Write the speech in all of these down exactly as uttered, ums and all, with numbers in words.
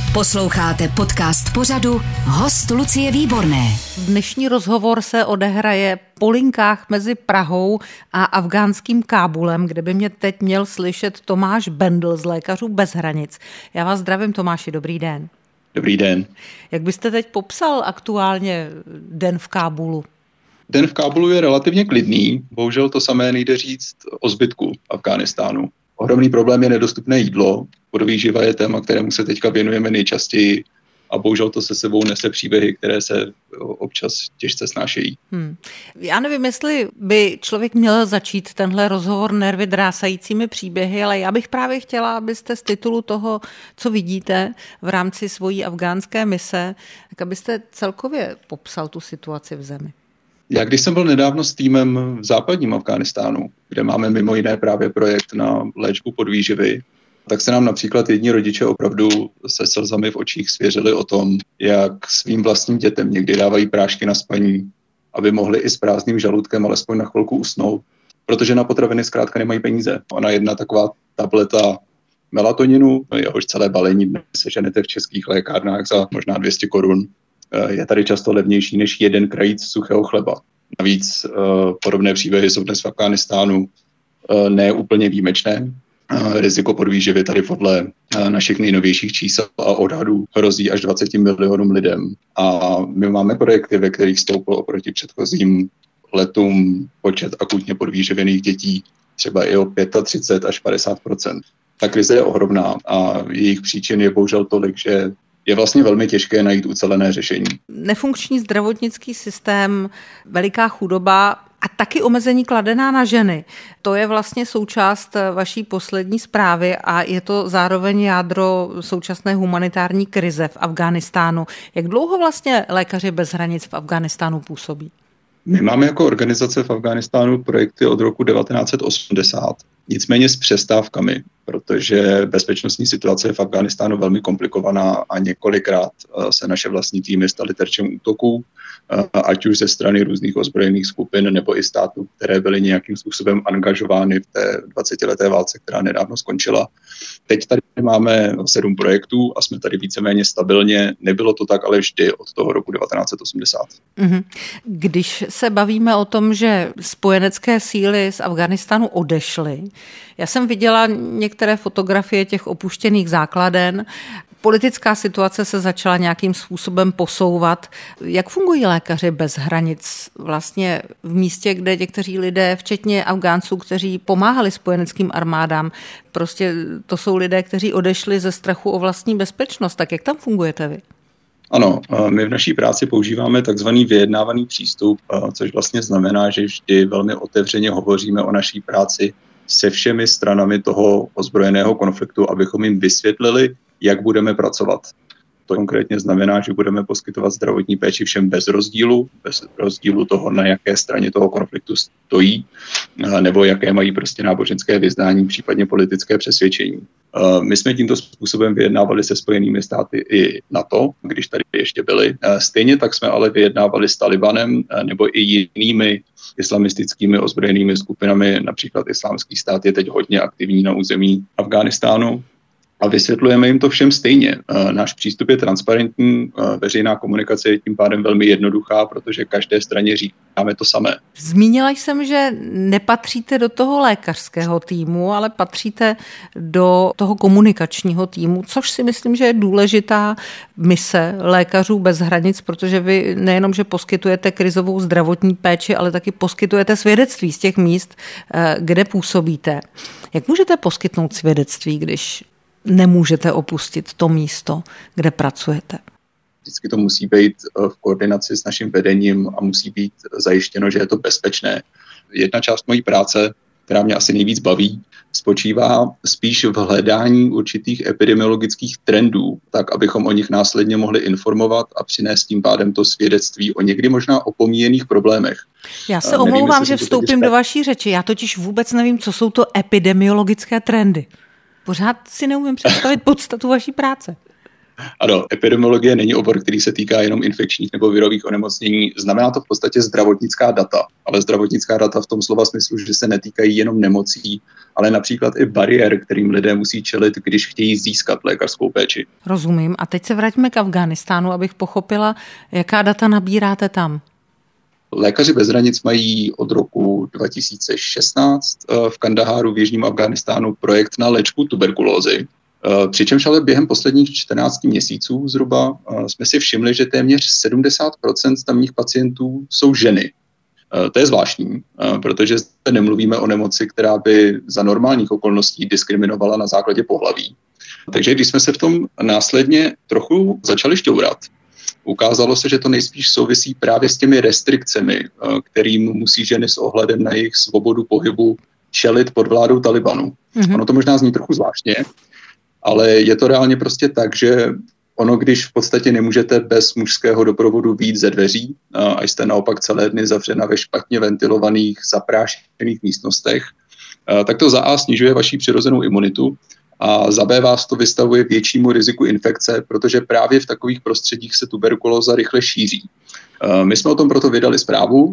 Posloucháte podcast pořadu Host Lucie Výborné. Dnešní rozhovor se odehraje po linkách mezi Prahou a afghánským Kábulem, kde by mě teď měl slyšet Tomáš Bendl z Lékařů bez hranic. Já vás zdravím, Tomáši, dobrý den. Dobrý den. Jak byste teď popsal aktuálně den v Kábulu? Den v Kábulu je relativně klidný, bohužel to samé nejde říct o zbytku Afghánistánu. Ohromný problém je nedostupné jídlo, podvýživa je téma, kterému se teďka věnujeme nejčastěji a bohužel to se sebou nese příběhy, které se občas těžce snášejí. Hmm. Já nevím, jestli by člověk měl začít tenhle rozhovor nervy drásajícími příběhy, ale já bych právě chtěla, abyste z titulu toho, co vidíte v rámci svojí afgánské mise, tak abyste celkově popsal tu situaci v zemi. Já když jsem byl nedávno s týmem v západním Afghánistánu, kde máme mimo jiné právě projekt na léčbu podvýživy, tak se nám například jedni rodiče opravdu se slzami v očích svěřili o tom, jak svým vlastním dětem někdy dávají prášky na spaní, aby mohli i s prázdným žaludkem alespoň na chvilku usnout, protože na potraviny zkrátka nemají peníze. Ona jedna taková tableta melatoninu, jehož celé balení dnes seženete v českých lékárnách za možná dvě stě korun, je tady často levnější než jeden krajíc suchého chleba. Navíc podobné příběhy jsou dnes v Afghánistánu ne úplně výjimečné. Riziko podvýživy tady podle našich nejnovějších čísel a odhadů hrozí až dvacet milionům lidem. A my máme projekty, ve kterých stoupl oproti předchozím letům počet akutně podvýživených dětí třeba i o třicet pět až padesát procent. Ta krize je ohromná a jejich příčin je bohužel tolik, že je vlastně velmi těžké najít ucelené řešení. Nefunkční zdravotnický systém, veliká chudoba a taky omezení kladená na ženy. To je vlastně součást vaší poslední zprávy a je to zároveň jádro současné humanitární krize v Afghánistánu. Jak dlouho vlastně Lékaři bez hranic v Afghánistánu působí? My máme jako organizace v Afghánistánu projekty od roku devatenáct set osmdesát, nicméně s přestávkami, protože bezpečnostní situace je v Afghánistánu velmi komplikovaná a několikrát se naše vlastní týmy staly terčem útoků, ať už ze strany různých ozbrojených skupin nebo i států, které byly nějakým způsobem angažovány v té dvacetileté válce, která nedávno skončila. Teď tady máme sedm projektů a jsme tady víceméně stabilně. Nebylo to tak ale vždy od toho roku devatenáct set osmdesát. Mm-hmm. Když se bavíme o tom, že spojenecké síly z Afghánistánu odešly, já jsem viděla některé fotografie těch opuštěných základen. Politická situace se začala nějakým způsobem posouvat. Jak fungují Lékaři bez hranic vlastně v místě, kde někteří lidé, včetně Afgánců, kteří pomáhali spojeneckým armádám, prostě to jsou lidé, kteří odešli ze strachu o vlastní bezpečnost. Tak jak tam fungujete vy? Ano, my v naší práci používáme takzvaný vyjednávaný přístup, což vlastně znamená, že vždy velmi otevřeně hovoříme o naší práci se všemi stranami toho ozbrojeného konfliktu, abychom jim vysvětlili, jak budeme pracovat. To konkrétně znamená, že budeme poskytovat zdravotní péči všem bez rozdílu, bez rozdílu toho, na jaké straně toho konfliktu stojí, nebo jaké mají prostě náboženské vyznání, případně politické přesvědčení. My jsme tímto způsobem vyjednávali se Spojenými státy i NATO, když tady ještě byli. Stejně tak jsme ale vyjednávali s Talibanem nebo i jinými islamistickými ozbrojenými skupinami, například Islámský stát je teď hodně aktivní na území Afghánistánu. A vysvětlujeme jim to všem stejně. Náš přístup je transparentní, veřejná komunikace je tím pádem velmi jednoduchá, protože každé straně říkáme to samé. Zmínila jsem, že nepatříte do toho lékařského týmu, ale patříte do toho komunikačního týmu, což si myslím, že je důležitá mise Lékařů bez hranic, protože vy nejenom, že poskytujete krizovou zdravotní péči, ale taky poskytujete svědectví z těch míst, kde působíte. Jak můžete poskytnout svědectví, když nemůžete opustit to místo, kde pracujete? Vždycky to musí být v koordinaci s naším vedením a musí být zajištěno, že je to bezpečné. Jedna část mojí práce, která mě asi nejvíc baví, spočívá spíš v hledání určitých epidemiologických trendů, tak abychom o nich následně mohli informovat a přinést tím pádem to svědectví o někdy možná opomíjených problémech. Já se Nevím, omlouvám, že vstoupím do vaší řeči. Já totiž vůbec nevím, co jsou to epidemiologické trendy. Pořád si neumím představit podstatu vaší práce. Ano, epidemiologie není obor, který se týká jenom infekčních nebo virových onemocnění. Znamená to v podstatě zdravotnická data, ale zdravotnická data v tom slova smyslu, že se netýkají jenom nemocí, ale například i bariér, kterým lidé musí čelit, když chtějí získat lékařskou péči. Rozumím. A teď se vraťme k Afghánistánu, abych pochopila, jaká data nabíráte tam. Lékaři bez hranic mají od roku dva tisíce šestnáct v Kandaháru v jižním Afghánistánu projekt na léčbu tuberkulózy. Přičemž ale během posledních čtrnácti měsíců zhruba jsme si všimli, že téměř sedmdesát procent tamních pacientů jsou ženy. To je zvláštní, protože zde nemluvíme o nemoci, která by za normálních okolností diskriminovala na základě pohlaví. Takže když jsme se v tom následně trochu začali šťourat, ukázalo se, že to nejspíš souvisí právě s těmi restrikcemi, kterým musí ženy s ohledem na jejich svobodu pohybu čelit pod vládou Talibanu. Mm-hmm. Ono to možná zní trochu zvláštně, ale je to reálně prostě tak, že ono, když v podstatě nemůžete bez mužského doprovodu vyjít ze dveří a jste naopak celé dny zavřena ve špatně ventilovaných, zaprášených místnostech, tak to za A snižuje vaši přirozenou imunitu a za B vás to vystavuje většímu riziku infekce, protože právě v takových prostředích se tuberkulóza rychle šíří. My jsme o tom proto vydali zprávu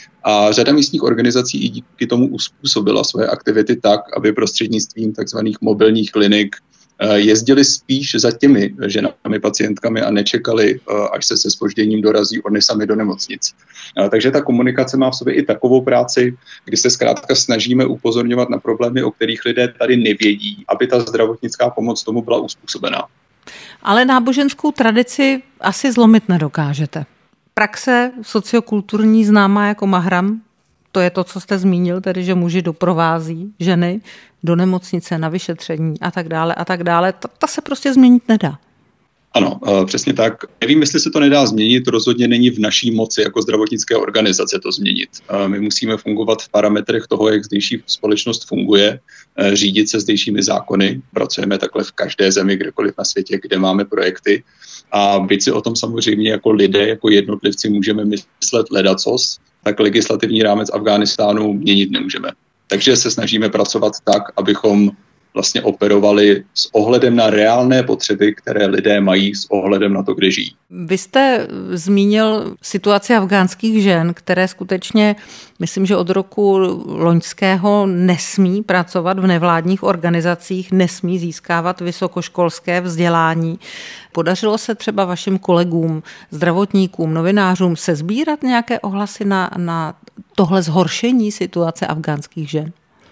a řada místních organizací i díky tomu uspůsobila své aktivity tak, aby prostřednictvím takzvaných mobilních klinik jezdili spíš za těmi ženami pacientkami a nečekali, až se se zpožděním dorazí oni sami do nemocnic. Takže ta komunikace má v sobě i takovou práci, kdy se zkrátka snažíme upozorňovat na problémy, o kterých lidé tady nevědí, aby ta zdravotnická pomoc tomu byla uspůsobená. Ale náboženskou tradici asi zlomit nedokážete. Praxe sociokulturní známá jako mahram, to je to, co jste zmínil, tedy že muži doprovází ženy do nemocnice na vyšetření a tak dále a tak dále. Ta, ta se prostě změnit nedá. Ano, přesně tak. Nevím, jestli se to nedá změnit, rozhodně není v naší moci jako zdravotnické organizace to změnit. My musíme fungovat v parametrech toho, jak zdejší společnost funguje, řídit se zdejšími zákony. Pracujeme takhle v každé zemi, kdekoliv na světě, kde máme projekty. A byť si o tom samozřejmě jako lidé, jako jednotlivci můžeme myslet ledacos, tak legislativní rámec Afghánistánu měnit nemůžeme. Takže se snažíme pracovat tak, abychom vlastně operovali s ohledem na reálné potřeby, které lidé mají s ohledem na to, kde žijí. Vy jste zmínil situaci afgánských žen, které skutečně, myslím, že od roku loňského nesmí pracovat v nevládních organizacích, nesmí získávat vysokoškolské vzdělání. Podařilo se třeba vašim kolegům, zdravotníkům, novinářům sesbírat nějaké ohlasy na, na tohle zhoršení situace afgánských žen?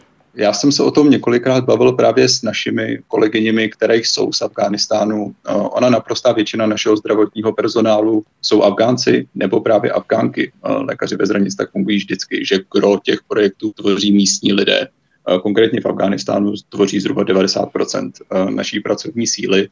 Já jsem se o tom několikrát bavil právě s našimi kolegyněmi, které jsou z Afghánistánu. Ona naprostá většina našeho zdravotního personálu jsou Afgánci nebo právě Afgánky. Lékaři bez hranic tak fungují vždycky, že gro těch projektů tvoří místní lidé. Konkrétně v Afghánistánu tvoří zhruba devadesát procent naší pracovní síly.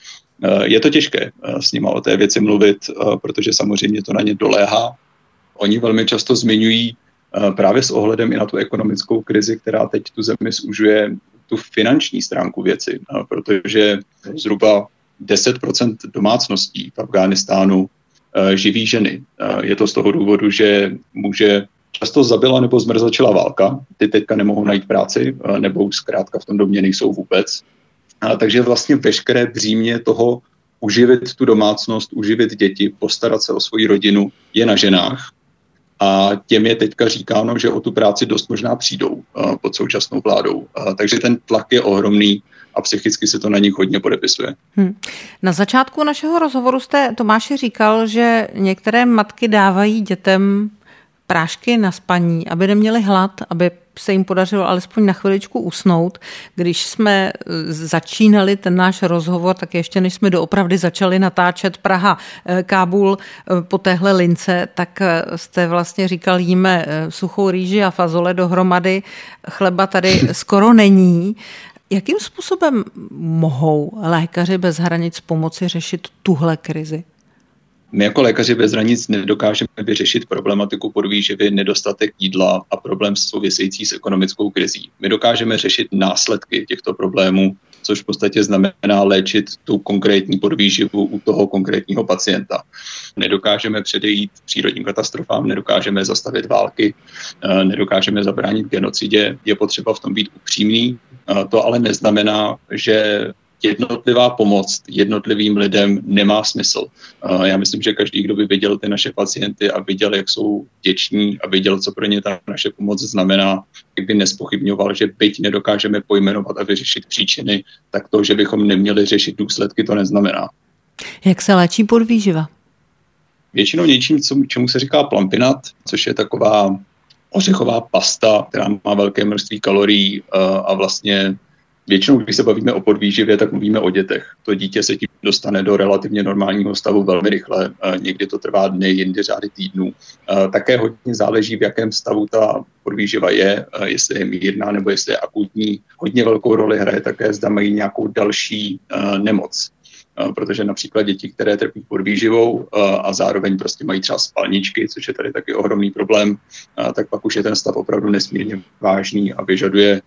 Je to těžké s nima o té věci mluvit, protože samozřejmě to na ně doléhá. Oni velmi často zmiňují právě s ohledem i na tu ekonomickou krizi, která teď tu zemi zužuje, tu finanční stránku věci, protože zhruba deset procent domácností v Afghánistánu živí ženy. Je to z toho důvodu, že muže často zabila nebo zmrzačila válka, ty teďka nemohou najít práci, nebo už zkrátka v tom domě nejsou vůbec. Takže vlastně veškeré břímě toho uživit tu domácnost, uživit děti, postarat se o svoji rodinu je na ženách. A těm je teďka říkáno, že o tu práci dost možná přijdou uh, pod současnou vládou. Uh, takže ten tlak je ohromný a psychicky se to na nich hodně podepisuje. Hmm. Na začátku našeho rozhovoru jste, Tomáši, říkal, že některé matky dávají dětem prášky na spaní, aby neměli hlad, aby se jim podařilo alespoň na chviličku usnout. Když jsme začínali ten náš rozhovor, tak ještě než jsme doopravdy začali natáčet Praha, Kábul po téhle lince, tak jste vlastně říkal, jíme suchou rýži a fazole dohromady, chleba tady skoro není. Jakým způsobem mohou lékaři bez hranic pomoci řešit tuhle krizi? My jako lékaři bez hranic nedokážeme vyřešit problematiku podvýživy, nedostatek jídla a problém související s ekonomickou krizí. My dokážeme řešit následky těchto problémů, což v podstatě znamená léčit tu konkrétní podvýživu u toho konkrétního pacienta. Nedokážeme předejít přírodním katastrofám, nedokážeme zastavit války, nedokážeme zabránit genocidě. Je potřeba v tom být upřímný. To ale neznamená, že jednotlivá pomoc jednotlivým lidem nemá smysl. Já myslím, že každý, kdo by viděl ty naše pacienty a viděl, jak jsou vděční a viděl, co pro ně ta naše pomoc znamená, by nespochybňoval, že byť nedokážeme pojmenovat a vyřešit příčiny, tak to, že bychom neměli řešit důsledky, to neznamená. Jak se léčí podvýživa? Většinou něčím, čemu se říká plampinat, což je taková ořechová pasta, která má velké množství kalorií a vlastně většinou, když se bavíme o podvýživě, tak mluvíme o dětech. To dítě se tím dostane do relativně normálního stavu velmi rychle, někdy to trvá dny, jindy řády týdnů. Také hodně záleží, v jakém stavu ta podvýživa je, jestli je mírná nebo jestli je akutní. Hodně velkou roli hraje také, zda mají nějakou další nemoc. Protože například děti, které trpí podvýživou a zároveň prostě mají třeba spalničky, což je tady taky ohromný problém, tak pak už je ten stav opravdu nesmírně vážný a vyžaduje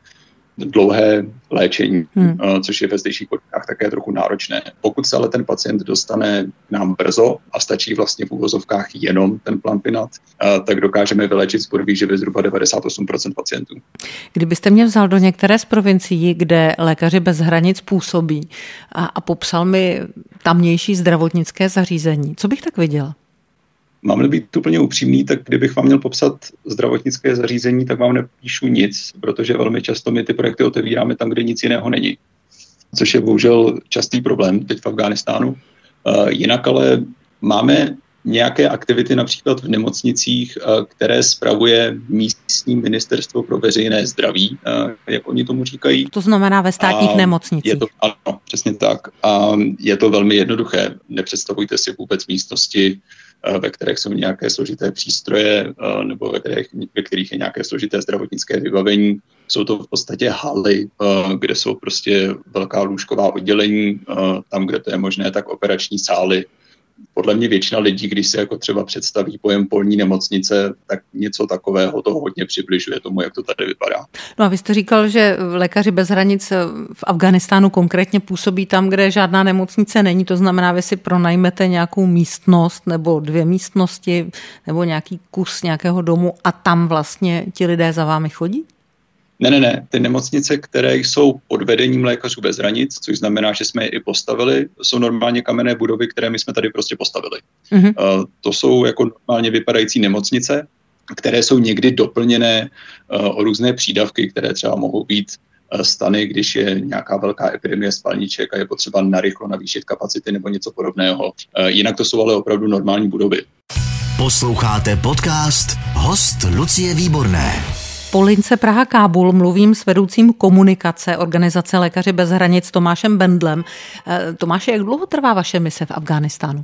dlouhé léčení, hmm. což je ve zdejších podmínkách také trochu náročné. Pokud se ale ten pacient dostane k nám brzo a stačí vlastně v uvozovkách jenom ten plampinat, tak dokážeme vylečit z podvýživy zhruba devadesát osm procent pacientů. Kdybyste mě vzal do některé z provincií, kde Lékaři bez hranic působí a, a popsal mi tamnější zdravotnické zařízení, co bych tak viděla? Mám-li být úplně upřímný, tak kdybych vám měl popsat zdravotnické zařízení, tak vám nepíšu nic, protože velmi často my ty projekty otevíráme tam, kde nic jiného není. Což je bohužel častý problém teď v Afghánistánu. Jinak ale máme nějaké aktivity například v nemocnicích, které spravuje místní ministerstvo pro veřejné zdraví, jak oni tomu říkají. To znamená ve státních a nemocnicích. Je to, ano, přesně tak. A je to velmi jednoduché. Nepředstavujte si vůbec místnosti, ve kterých jsou nějaké složité přístroje nebo ve kterých, ve kterých je nějaké složité zdravotnické vybavení. Jsou to v podstatě haly, kde jsou prostě velká lůžková oddělení, tam, kde to je možné, tak operační sály. Podle mě většina lidí, když se jako třeba představí pojem polní nemocnice, tak něco takového toho hodně přibližuje tomu, jak to tady vypadá. No a vy jste říkal, že Lékaři bez hranic v Afghánistánu konkrétně působí tam, kde žádná nemocnice není. To znamená, vy si pronajmete nějakou místnost nebo dvě místnosti nebo nějaký kus nějakého domu a tam vlastně ti lidé za vámi chodí? Ne, ne, ne. Ty nemocnice, které jsou pod vedením Lékařů bez hranic, což znamená, že jsme je i postavili, jsou normálně kamenné budovy, které my jsme tady prostě postavili. Mm-hmm. Uh, to jsou jako normálně vypadající nemocnice, které jsou někdy doplněné uh, o různé přídavky, které třeba mohou být uh, stany, když je nějaká velká epidemie spalniček a je potřeba narychlo navýšit kapacity nebo něco podobného. Uh, jinak to jsou ale opravdu normální budovy. Posloucháte podcast Host Lucie Výborné. Po lince Praha-Kábul mluvím s vedoucím komunikace organizace Lékaři bez hranic Tomášem Bendlem. Tomáše, jak dlouho trvá vaše mise v Afghánistánu?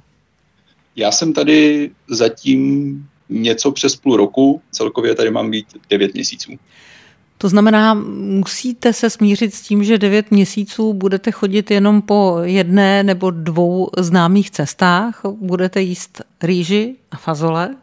Já jsem tady zatím něco přes půl roku, celkově tady mám být devět měsíců. To znamená, musíte se smířit s tím, že devět měsíců budete chodit jenom po jedné nebo dvou známých cestách, budete jíst rýži a fazole.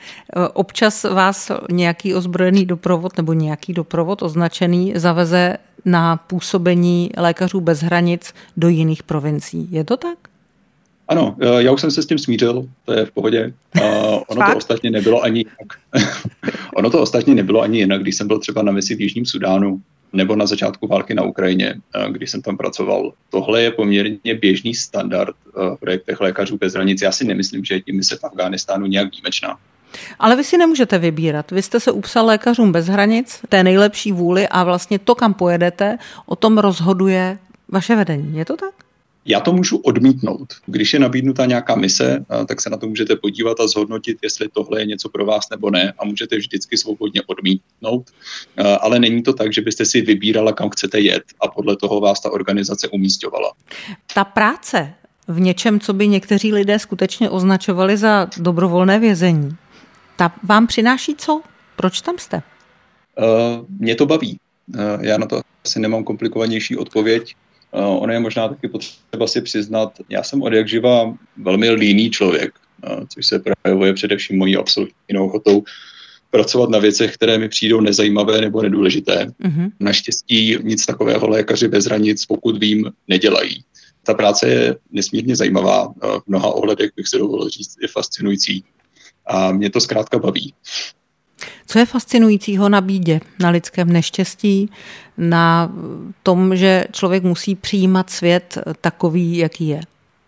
Občas vás nějaký ozbrojený doprovod nebo nějaký doprovod označený zaveze na působení Lékařů bez hranic do jiných provincií. Je to tak? Ano, já už jsem se s tím smířil, to je v pohodě. Ono to ostatně nebylo ani jinak. ono to ostatně nebylo ani jinak, když jsem byl třeba na misi v Jižním Sudánu nebo na začátku války na Ukrajině, když jsem tam pracoval. Tohle je poměrně běžný standard v projektech Lékařů bez hranic. Já si nemyslím, že je tím mise v Afghánistánu nějak výjimečná. Ale vy si nemůžete vybírat. Vy jste se upsal Lékařům bez hranic, té nejlepší vůli a vlastně to, kam pojedete, o tom rozhoduje vaše vedení. Je to tak? Já to můžu odmítnout. Když je nabídnutá nějaká mise, tak se na to můžete podívat a zhodnotit, jestli tohle je něco pro vás nebo ne a můžete vždycky svobodně odmítnout. Ale není to tak, že byste si vybírala, kam chcete jet a podle toho vás ta organizace umísťovala. Ta práce v něčem, co by někteří lidé skutečně označovali za dobrovolné vězení, ta vám přináší co? Proč tam jste? Uh, mě to baví. Uh, já na to asi nemám komplikovanější odpověď. Uh, ono je možná taky potřeba si přiznat, já jsem od jak živa velmi líný člověk, uh, což se projevuje především mojí absolutní neochotou pracovat na věcech, které mi přijdou nezajímavé nebo nedůležité. Uh-huh. Naštěstí nic takového Lékaři bez hranic, pokud vím, nedělají. Ta práce je nesmírně zajímavá, v mnoha ohledech bych si dovolil říct, je fascinující a mě to zkrátka baví. Co je fascinujícího na bídě, na lidském neštěstí, na tom, že člověk musí přijímat svět takový, jaký je?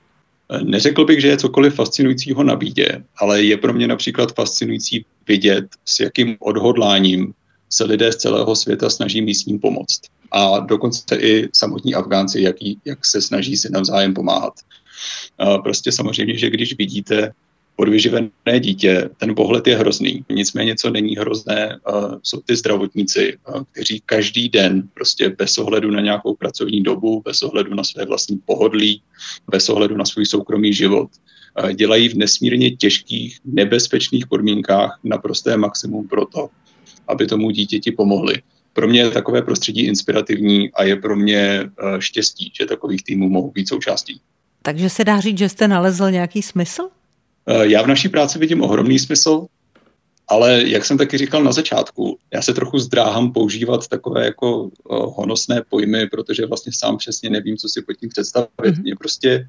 Neřekl bych, že je cokoliv fascinujícího na bídě, ale je pro mě například fascinující vidět, s jakým odhodláním se lidé z celého světa snaží místním pomoct. A dokonce i samotní Afgánci, jak, jak se snaží si navzájem pomáhat. Prostě samozřejmě, že když vidíte podvyživené dítě, ten pohled je hrozný. Nicméně, co není hrozné, jsou ty zdravotníci, kteří každý den prostě bez ohledu na nějakou pracovní dobu, bez ohledu na své vlastní pohodlí, bez ohledu na svůj soukromý život, dělají v nesmírně těžkých, nebezpečných podmínkách naprosté maximum pro to, aby tomu dítěti pomohli. Pro mě je takové prostředí inspirativní a je pro mě štěstí, že takových týmů mohou být součástí. Takže se dá říct, že jste nalezl nějaký smysl? Já v naší práci vidím ohromný smysl, ale jak jsem taky říkal na začátku, já se trochu zdráhám používat takové jako honosné pojmy, protože vlastně sám přesně nevím, co si pod tím představit. Mm-hmm. Mě prostě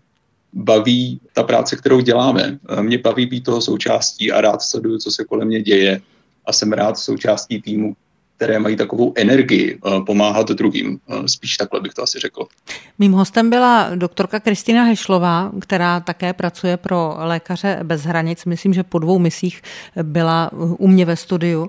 baví ta práce, kterou děláme. Mě baví být toho součástí a rád sleduju, co se kolem mě děje a jsem rád součástí týmu, které mají takovou energii pomáhat druhým. Spíš takhle bych to asi řekl. Mým hostem byla doktorka Kristýna Hešlová, která také pracuje pro Lékaře bez hranic. Myslím, že po dvou misích byla u mě ve studiu.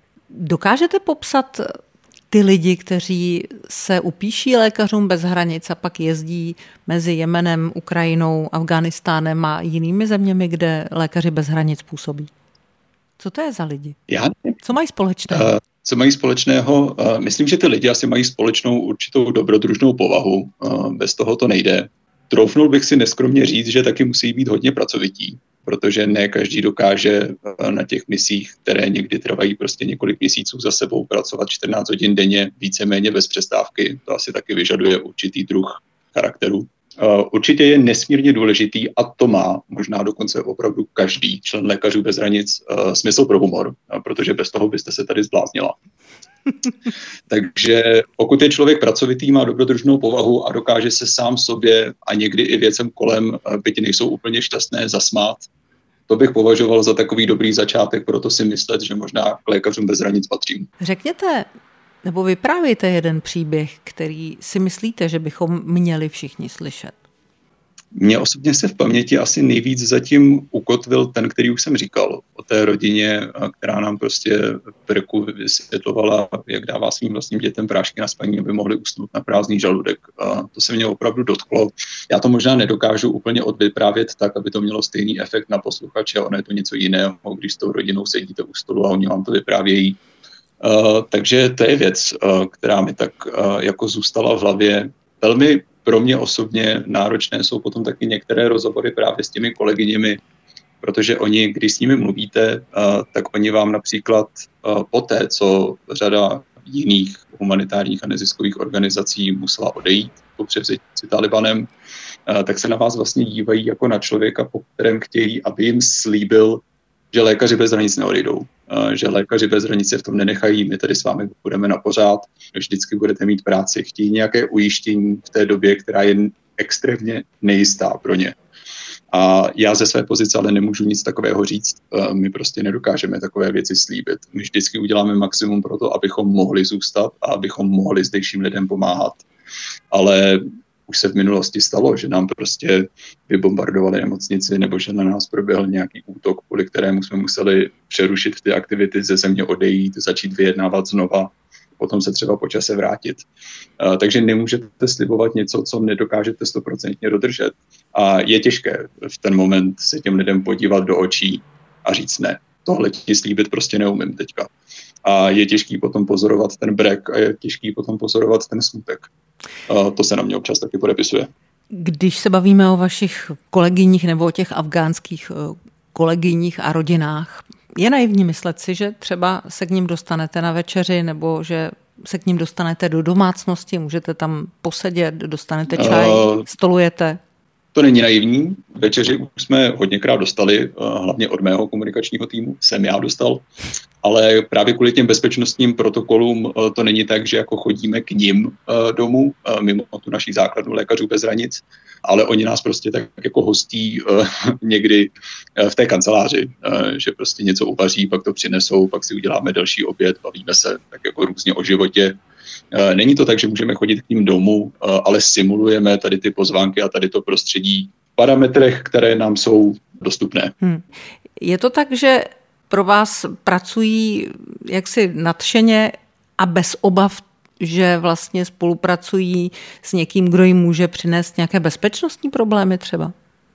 Dokážete popsat ty lidi, kteří se upíší Lékařům bez hranic a pak jezdí mezi Jemenem, Ukrajinou, Afghánistánem a jinými zeměmi, kde Lékaři bez hranic působí? Co to je za lidi? Já Co mají společného? Uh, co mají společného? Uh, myslím, že ty lidi asi mají společnou určitou dobrodružnou povahu. Uh, bez toho to nejde. Troufnul bych si neskromně říct, že taky musí být hodně pracovití, protože ne každý dokáže uh, na těch misích, které někdy trvají prostě několik měsíců za sebou, pracovat čtrnáct hodin denně, víceméně bez přestávky. To asi taky vyžaduje určitý druh charakteru. Uh, určitě je nesmírně důležitý a to má možná dokonce opravdu každý člen Lékařů bez hranic uh, smysl pro humor, uh, protože bez toho byste se tady zbláznila. Takže pokud je člověk pracovitý, má dobrodružnou povahu a dokáže se sám sobě a někdy i věcem kolem, uh, byť nejsou úplně šťastné, zasmát, to bych považoval za takový dobrý začátek, proto si myslet, že možná k Lékařům bez hranic patřím. Řekněte, nebo vyprávějte jeden příběh, který si myslíte, že bychom měli všichni slyšet. Mně osobně se v paměti asi nejvíc zatím ukotvil ten, který už jsem říkal, o té rodině, která nám prostě v Perku vysvětlovala, jak dává svým vlastním dětem prášky na spaní, aby mohli usnout na prázdný žaludek. A to se mě opravdu dotklo. Já to možná nedokážu úplně odvyprávět tak, aby to mělo stejný efekt na posluchače, ono je to něco jiného, když s tou rodinou sedíte u stolu a oni vám to vyprávějí. Uh, takže to je věc, uh, která mi tak uh, jako zůstala v hlavě. Velmi pro mě osobně náročné jsou potom taky některé rozhovory právě s těmi kolegyněmi, protože oni, když s nimi mluvíte, uh, tak oni vám například uh, poté, co řada jiných humanitárních a neziskových organizací musela odejít po převzetí Talibanem, uh, tak se na vás vlastně dívají jako na člověka, po kterém chtějí, aby jim slíbil, že Lékaři bez hranic neodejdou, že Lékaři bez hranic se v tom nenechají, my tady s vámi budeme na pořád, vždycky budete mít práci, chtějí nějaké ujištění v té době, která je extrémně nejistá pro ně. A já ze své pozice ale nemůžu nic takového říct, my prostě nedokážeme takové věci slíbit. My vždycky uděláme maximum pro to, abychom mohli zůstat a abychom mohli zdejším lidem pomáhat. Ale už se v minulosti stalo, že nám prostě vybombardovali nemocnici nebo že na nás proběhl nějaký útok, kvůli kterému jsme museli přerušit ty aktivity, ze země odejít, začít vyjednávat znova, potom se třeba po čase vrátit. Uh, takže nemůžete slibovat něco, co nedokážete stoprocentně dodržet. A je těžké v ten moment se těm lidem podívat do očí a říct ne. Tohle ti slíbit prostě neumím teďka. A je těžký potom pozorovat ten brek a je těžký potom pozorovat ten smutek. A to se na mě občas taky podepisuje. Když se bavíme o vašich kolegyních nebo o těch afgánských kolegyních a rodinách, je naivní myslet si, že třeba se k ním dostanete na večeři nebo že se k ním dostanete do domácnosti, můžete tam posedět, dostanete čaj, uh, stolujete? To není naivní. Večeři už jsme hodněkrát dostali, hlavně od mého komunikačního týmu, jsem já dostal, ale právě kvůli těm bezpečnostním protokolům to není tak, že jako chodíme k nim domů, mimo tu naší základnu Lékařů bez hranic, ale oni nás prostě tak jako hostí někdy v té kanceláři, že prostě něco uvaří, pak to přinesou, pak si uděláme další oběd, bavíme se tak jako různě o životě. Není to tak, že můžeme chodit k ním domů, ale simulujeme tady ty pozvánky a tady to prostředí v parametrech, které nám jsou dostupné. Hmm. Je to tak, že pro vás pracují jaksi nadšeně a bez obav, že vlastně spolupracují s někým, kdo jim může přinést nějaké bezpečnostní problémy třeba?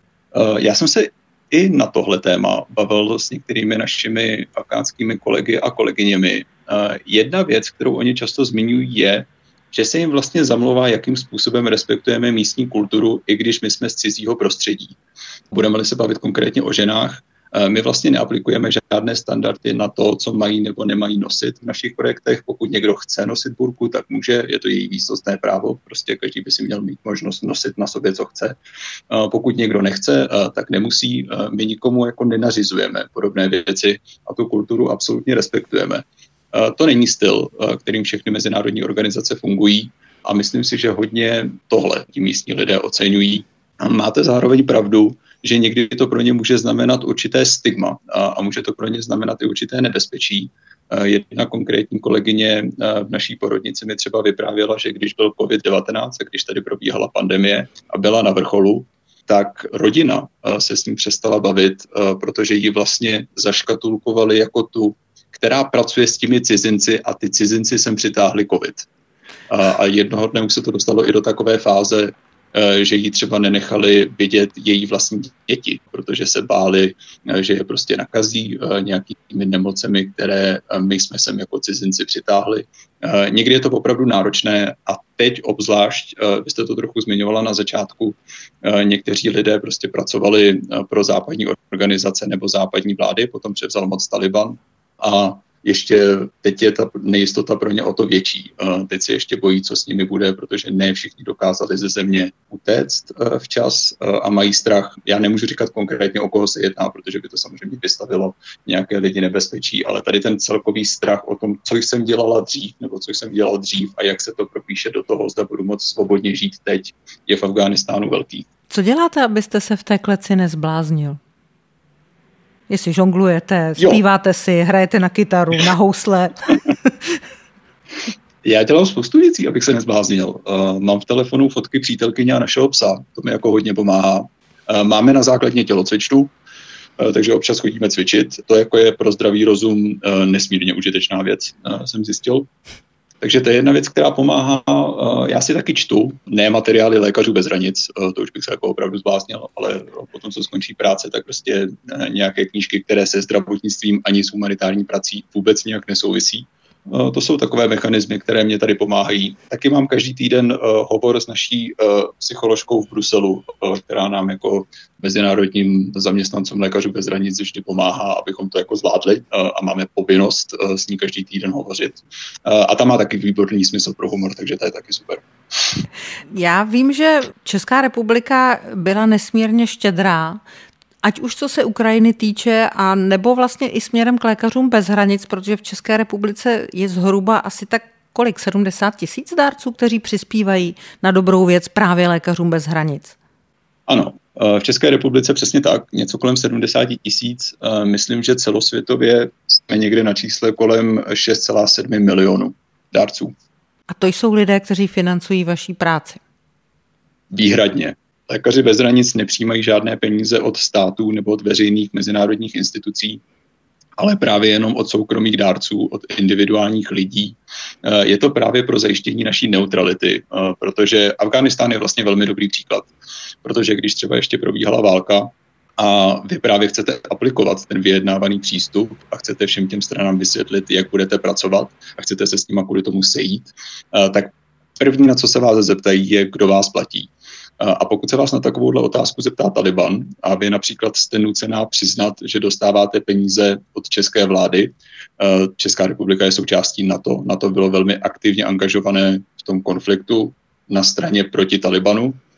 Já jsem se i na tohle téma bavil s některými našimi afghánskými kolegy a kolegyněmi. Jedna věc, kterou oni často zmiňují, je, že se jim vlastně zamlouvá, jakým způsobem respektujeme místní kulturu, i když my jsme z cizího prostředí. Budeme-li se bavit konkrétně o ženách, my vlastně neaplikujeme žádné standardy na to, co mají nebo nemají nosit v našich projektech. Pokud někdo chce nosit burku, tak může, je to její výsostné právo, prostě každý by si měl mít možnost nosit na sobě, co chce. Pokud někdo nechce, tak nemusí. My nikomu jako nenařizujeme podobné věci a tu kulturu absolutně respektujeme. To není styl, kterým všechny mezinárodní organizace fungují a myslím si, že hodně tohle ti místní lidé oceňují. Máte zároveň pravdu, že někdy to pro ně může znamenat určité stigma a, a může to pro ně znamenat i určité nebezpečí. Jedna konkrétní kolegyně v naší porodnici mi třeba vyprávěla, že když byl covid devatenáct, a když tady probíhala pandemie a byla na vrcholu, tak rodina se s ním přestala bavit, protože ji vlastně zaškatulkovali jako tu, která pracuje s těmi cizinci a ty cizinci sem přitáhli covid. A, a jednoho dne už se to dostalo i do takové fáze, že jí třeba nenechali vidět její vlastní děti, protože se báli, že je prostě nakazí nějakými nemocemi, které my jsme sem jako cizinci přitáhli. Někdy je to opravdu náročné a teď obzvlášť, vy jste to trochu zmiňovala na začátku, někteří lidé prostě pracovali pro západní organizace nebo západní vlády, potom převzal moc Taliban a ještě teď je ta nejistota pro ně o to větší. Teď se ještě bojí, co s nimi bude, protože ne všichni dokázali ze země utéct včas a mají strach. Já nemůžu říkat konkrétně, o koho se jedná, protože by to samozřejmě vystavilo nějaké lidi nebezpečí, ale tady ten celkový strach o tom, co jsem dělala dřív, nebo co jsem dělal dřív a jak se to propíše do toho, zda budu moct svobodně žít teď, je v Afghánistánu velký. Co děláte, abyste se v té kleci nezbláznil? Jestli žonglujete, zpíváte jo. si, hrajete na kytaru, na housle. Já dělám spoustu věcí, abych se nezbláznil. Uh, mám v telefonu fotky přítelkyně a našeho psa, to mi jako hodně pomáhá. Uh, máme na základně tělocvičnu, uh, takže občas chodíme cvičit. To jako je pro zdravý rozum uh, nesmírně užitečná věc, uh, jsem zjistil. Takže to je jedna věc, která pomáhá. Já si taky čtu, ne materiály Lékařů bez hranic, to už bych se jako opravdu zbláznil, ale potom, co skončí práce, tak prostě nějaké knížky, které se zdravotnictvím ani s humanitární prací vůbec nějak nesouvisí. To jsou takové mechanismy, které mě tady pomáhají. Taky mám každý týden hovor s naší psycholožkou v Bruselu, která nám jako mezinárodním zaměstnancům Lékařů bez hranic vždy pomáhá, abychom to jako zvládli a máme povinnost s ní každý týden hovořit. A ta má taky výborný smysl pro humor, takže to je taky super. Já vím, že Česká republika byla nesmírně štědrá, ať už co se Ukrajiny týče, a nebo vlastně i směrem k Lékařům bez hranic, protože v České republice je zhruba asi tak kolik, sedmdesát tisíc dárců, kteří přispívají na dobrou věc právě Lékařům bez hranic. Ano, v České republice přesně tak, něco kolem sedmdesát tisíc. Myslím, že celosvětově jsme někde na čísle kolem šest celá sedm milionů dárců. A to jsou lidé, kteří financují vaší práci? Výhradně. Lékaři bez hranic nepřijímají žádné peníze od států nebo od veřejných mezinárodních institucí, ale právě jenom od soukromých dárců, od individuálních lidí. Je to právě pro zajištění naší neutrality, protože Afghánistán je vlastně velmi dobrý příklad. Protože když třeba ještě probíhala válka a vy právě chcete aplikovat ten vyjednávaný přístup a chcete všem těm stranám vysvětlit, jak budete pracovat a chcete se s nima kvůli tomu sejít, tak první, na co se vás zeptají, je, kdo vás platí. A pokud se vás na takovouhle otázku zeptá Taliban a vy například jste nucená přiznat, že dostáváte peníze od české vlády, Česká republika je součástí NATO, NATO bylo velmi aktivně angažované v tom konfliktu na straně proti Talibanu,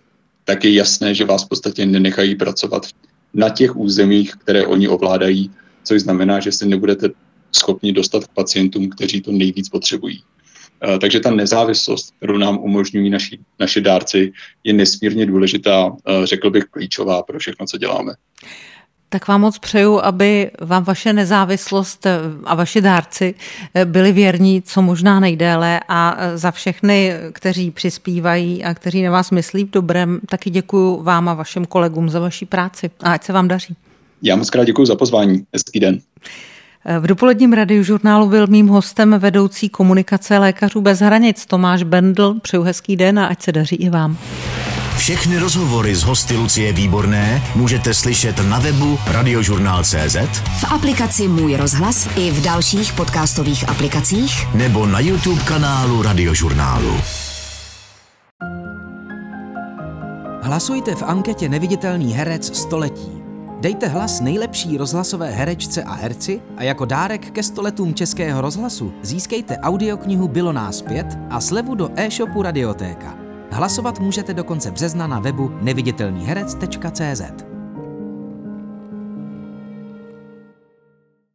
tak je jasné, že vás v podstatě nenechají pracovat na těch územích, které oni ovládají, což znamená, že se nebudete schopni dostat k pacientům, kteří to nejvíc potřebují. Takže ta nezávislost, kterou nám umožňují naši, naši dárci, je nesmírně důležitá, řekl bych klíčová pro všechno, co děláme. Tak vám moc přeju, aby vám vaše nezávislost a vaši dárci byli věrní co možná nejdéle a za všechny, kteří přispívají a kteří na vás myslí v dobrém, taky děkuju vám a vašim kolegům za vaši práci a ať se vám daří. Já moc krát děkuju za pozvání. Hezký den. V dopoledním Radiožurnálu byl mým hostem vedoucí komunikace Lékařů bez hranic Tomáš Bendl. Přeju hezký den a ať se daří i vám. Všechny rozhovory s hosty Lucie Výborné můžete slyšet na webu radiožurnál tečka cé zet, v aplikaci Můj rozhlas i v dalších podcastových aplikacích nebo na YouTube kanálu Radiožurnálu. Hlasujte v anketě Neviditelný herec století. Dejte hlas nejlepší rozhlasové herečce a herci a jako dárek ke sto letům Českého rozhlasu získejte audioknihu Bylo nás pět a slevu do e-shopu Radiotéka. Hlasovat můžete do konce března na webu neviditelný herec tečka cé zet.